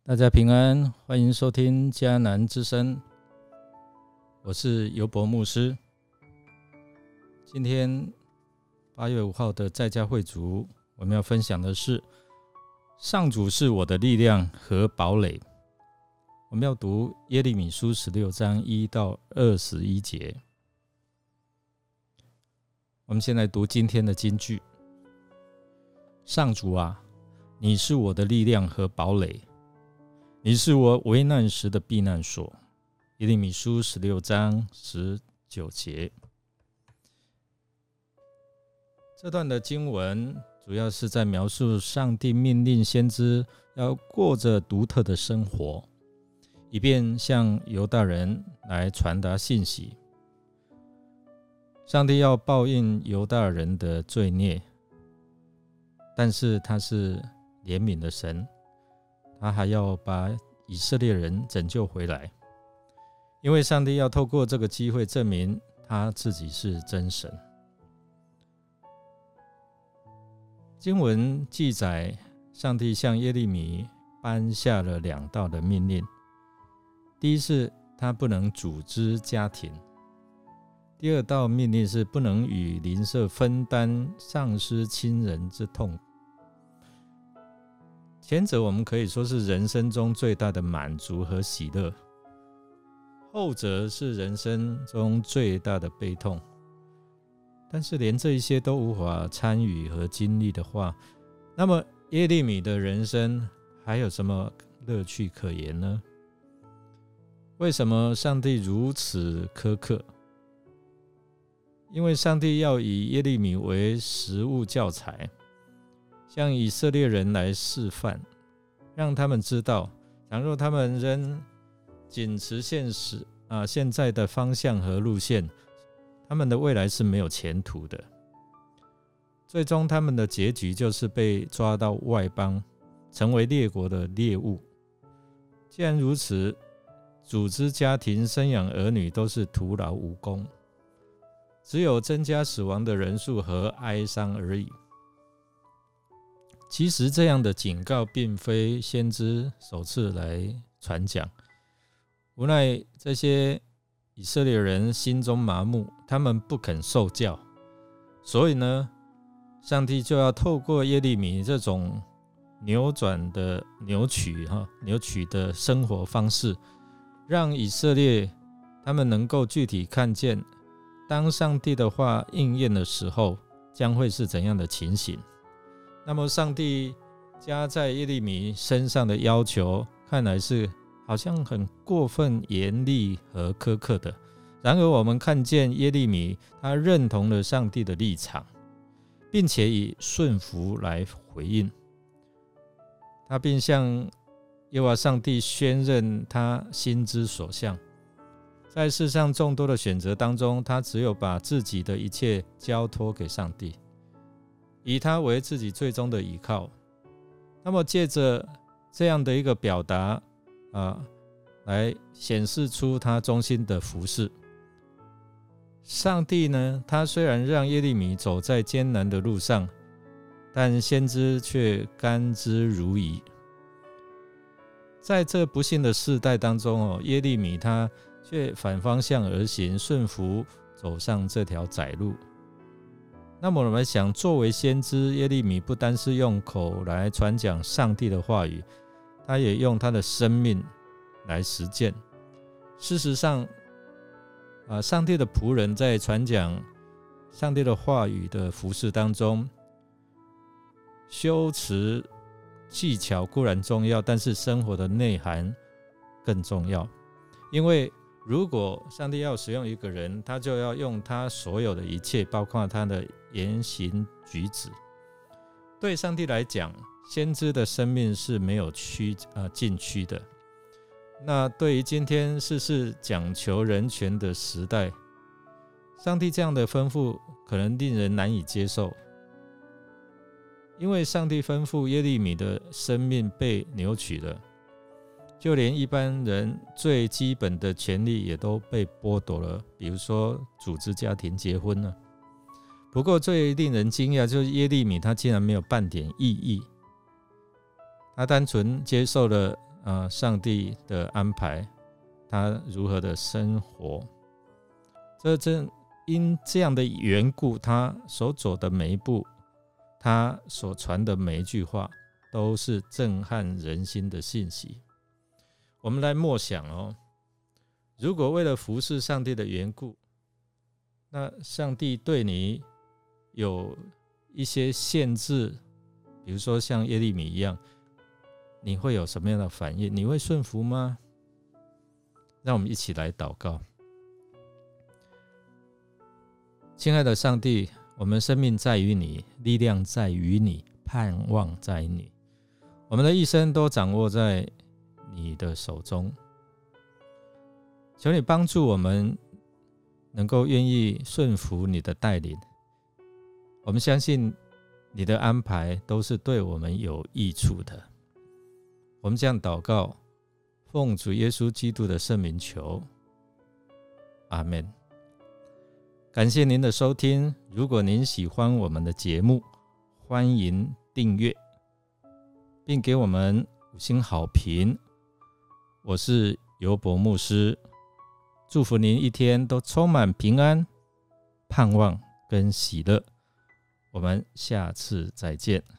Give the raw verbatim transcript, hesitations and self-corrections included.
大家平安，欢迎收听迦南之声，我是尤伯牧师。今天八月五号的在家会主，我们要分享的是上主是我的力量和堡垒。我们要读耶利米书十六章一到二十一节。我们先来读今天的金句：上主啊，你是我的力量和堡垒，你是我危难时的避难所。耶利米书十六章十九节。这段的经文主要是在描述上帝命令先知要过着独特的生活，以便向犹大人来传达信息。上帝要报应犹大人的罪孽，但是他是怜悯的神，他还要把以色列人拯救回来，因为上帝要透过这个机会证明他自己是真神。经文记载，上帝向耶利米颁下了两道的命令。第一是他不能组织家庭，第二道命令是不能与邻舍分担丧失亲人之痛。前者我们可以说是人生中最大的满足和喜乐，后者是人生中最大的悲痛。但是连这一些都无法参与和经历的话，那么耶利米的人生还有什么乐趣可言呢？为什么上帝如此苛刻？因为上帝要以耶利米为实务教材，向以色列人来示范，让他们知道，倘若他们仍紧持现实、啊、现在的方向和路线，他们的未来是没有前途的。最终他们的结局就是被抓到外邦，成为列国的猎物。既然如此，组织家庭、生养儿女都是徒劳无功，只有增加死亡的人数和哀伤而已。其实这样的警告并非先知首次来传讲，无奈这些以色列人心中麻木，他们不肯受教，所以呢，上帝就要透过耶利米这种扭转的扭曲扭曲的生活方式，让以色列他们能够具体看见，当上帝的话应验的时候，将会是怎样的情形。那么上帝加在耶利米身上的要求，看来是好像很过分严厉和苛刻的。然而我们看见耶利米他认同了上帝的立场，并且以顺服来回应他，并向耶和华上帝宣认他心之所向。在世上众多的选择当中，他只有把自己的一切交托给上帝，以他为自己最终的依靠。那么借着这样的一个表达、啊、来显示出他忠心的服事。上帝呢，他虽然让耶利米走在艰难的路上，但先知却甘之如饴。在这不幸的世代当中、哦、耶利米他却反方向而行，顺服走上这条窄路。那么我们想，作为先知，耶利米不单是用口来传讲上帝的话语，他也用他的生命来实践。事实上、啊、上帝的仆人在传讲上帝的话语的服事当中，修辞技巧固然重要，但是生活的内涵更重要。因为如果上帝要使用一个人，他就要用他所有的一切，包括他的言行举止。对上帝来讲，先知的生命是没有区、呃、禁区的。那对于今天事事讲求人权的时代，上帝这样的吩咐可能令人难以接受。因为上帝吩咐耶利米的生命被扭曲了，就连一般人最基本的权利也都被剥夺了，比如说组织家庭、结婚了。不过最令人惊讶就是耶利米他竟然没有半点异议，他单纯接受了呃上帝的安排，他如何的生活。这正因这样的缘故，他所走的每一步，他所传的每一句话，都是震撼人心的信息。我们来默想哦，如果为了服侍上帝的缘故，那上帝对你有一些限制，比如说像耶利米一样，你会有什么样的反应？你会顺服吗？让我们一起来祷告。亲爱的上帝，我们生命在于你，力量在于你，盼望在你，我们的一生都掌握在你的手中。求你帮助我们能够愿意顺服你的带领，我们相信你的安排都是对我们有益处的。我们这样祷告，奉主耶稣基督的圣名求，阿们。感谢您的收听，如果您喜欢我们的节目，欢迎订阅并给我们五星好评。我是尤伯牧师，祝福您一天都充满平安、盼望跟喜乐。我们下次再见。